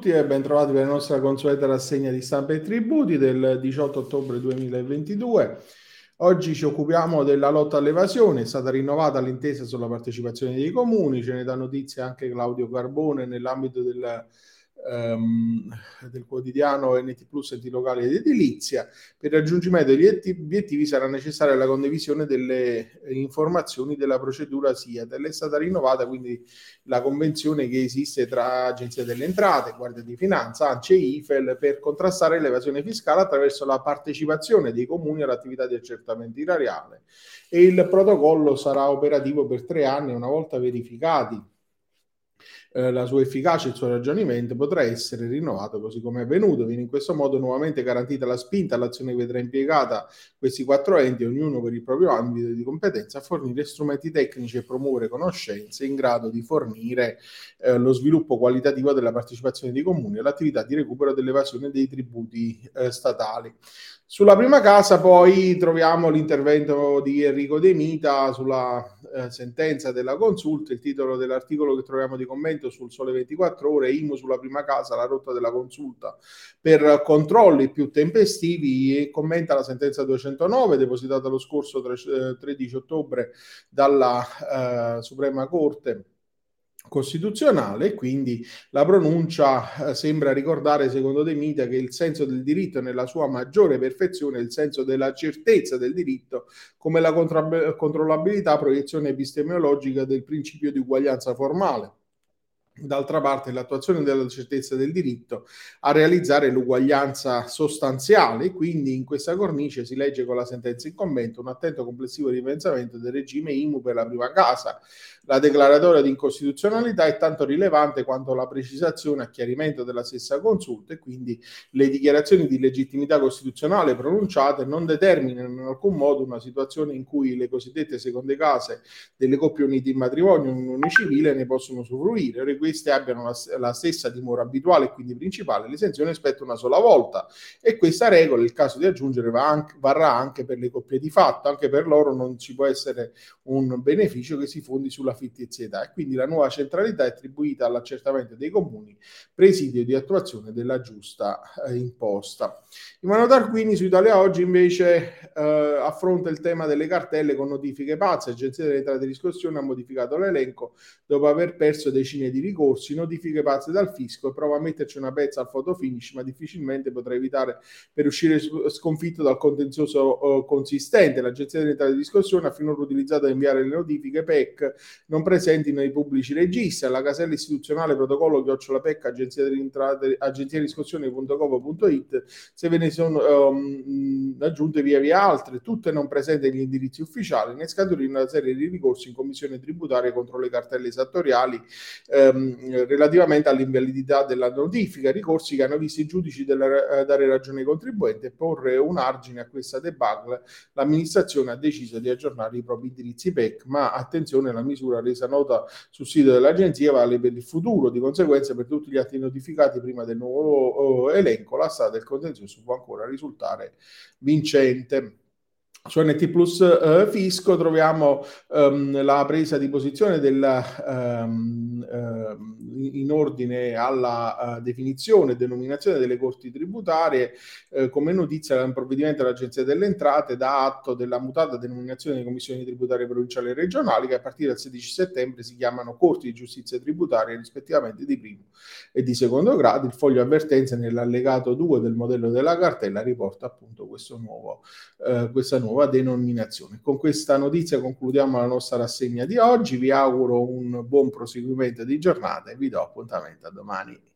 tutti e ben trovati per la nostra consueta rassegna di stampa e tributi del 18 ottobre 2022. Oggi ci occupiamo della lotta all'evasione, è stata rinnovata l'intesa sulla partecipazione dei comuni, ce ne dà notizia anche Claudio Carbone nell'ambito del quotidiano NT Plus Enti Locali ed Edilizia. Per il raggiungimento degli obiettivi sarà necessaria la condivisione delle informazioni della procedura SIAD. È stata rinnovata quindi la convenzione che esiste tra Agenzia delle Entrate, Guardia di Finanza, ANCE e IFEL per contrastare l'evasione fiscale attraverso la partecipazione dei comuni all'attività di accertamento erariale, e il protocollo sarà operativo per 3 anni. Una volta verificati la sua efficacia e il suo ragionamento, potrà essere rinnovato così come è avvenuto. Viene in questo modo nuovamente garantita la spinta all'azione che vedrà impiegata questi 4 enti, ognuno per il proprio ambito di competenza, a fornire strumenti tecnici e promuovere conoscenze in grado di fornire lo sviluppo qualitativo della partecipazione dei comuni all'attività di recupero dell'evasione dei tributi statali. Sulla prima casa poi troviamo l'intervento di Enrico De Mita sulla sentenza della consulta. Il titolo dell'articolo che troviamo di commento sul Sole 24 Ore: IMU sulla prima casa, la rotta della consulta per controlli più tempestivi, e commenta la sentenza 209 depositata lo scorso 13 ottobre dalla Suprema Corte Costituzionale. Quindi la pronuncia sembra ricordare, secondo De Mita, che il senso del diritto nella sua maggiore perfezione è il senso della certezza del diritto come la controllabilità, proiezione epistemologica del principio di uguaglianza formale. D'altra parte, l'attuazione della certezza del diritto a realizzare l'uguaglianza sostanziale. Quindi in questa cornice si legge con la sentenza in commento un attento complessivo ripensamento del regime IMU per la prima casa. La declaratoria di incostituzionalità è tanto rilevante quanto la precisazione a chiarimento della stessa consulta, e quindi le dichiarazioni di legittimità costituzionale pronunciate non determinano in alcun modo una situazione in cui le cosiddette seconde case delle coppie unite in matrimonio o in unione civile ne possono usufruire, o queste abbiano la stessa dimora abituale e quindi principale. L'esenzione spetta una sola volta, e questa regola, il caso di aggiungere, varrà anche per le coppie di fatto. Anche per loro non ci può essere un beneficio che si fondi sulla fittizietà, e quindi la nuova centralità è attribuita all'accertamento dei comuni, presidio di attuazione della giusta imposta. Ivano Tarquini su Italia Oggi invece affronta il tema delle cartelle con notifiche pazze. L'Agenzia delle Entrate e Riscossione ha modificato l'elenco dopo aver perso decine di ricorsi, notifiche pazze dal fisco, e prova a metterci una pezza al photo finish, ma difficilmente potrà evitare per uscire sconfitto dal contenzioso consistente. L'Agenzia delle Entrate e Riscossione ha finora utilizzato a inviare le notifiche PEC non presenti nei pubblici registri alla casella istituzionale protocollo@PEC agenziariscossione.gov.it. se ve ne sono aggiunte via altre, tutte non presenti negli indirizzi ufficiali, ne scaturì una serie di ricorsi in commissione tributaria contro le cartelle esattoriali relativamente all'invalidità della notifica, ricorsi che hanno visto i giudici dare ragione ai contribuenti e porre un argine a questa debacle. L'amministrazione ha deciso di aggiornare i propri indirizzi PEC, ma attenzione, la misura resa nota sul sito dell'agenzia vale per il futuro. Di conseguenza, per tutti gli atti notificati prima del nuovo elenco, la strada del contenzioso può ancora risultare vincente. Su NT Plus Fisco troviamo la presa di posizione in ordine alla definizione e denominazione delle corti tributarie. Come notizia, un provvedimento dell'Agenzia delle Entrate dà atto della mutata denominazione delle commissioni tributarie provinciali e regionali, che a partire dal 16 settembre si chiamano corti di giustizia tributaria, rispettivamente di primo e di secondo grado. Il foglio avvertenze nell'allegato 2 del modello della cartella riporta appunto questa nuova denominazione. Con questa notizia concludiamo la nostra rassegna di oggi. Vi auguro un buon proseguimento di giornata e vi do appuntamento a domani.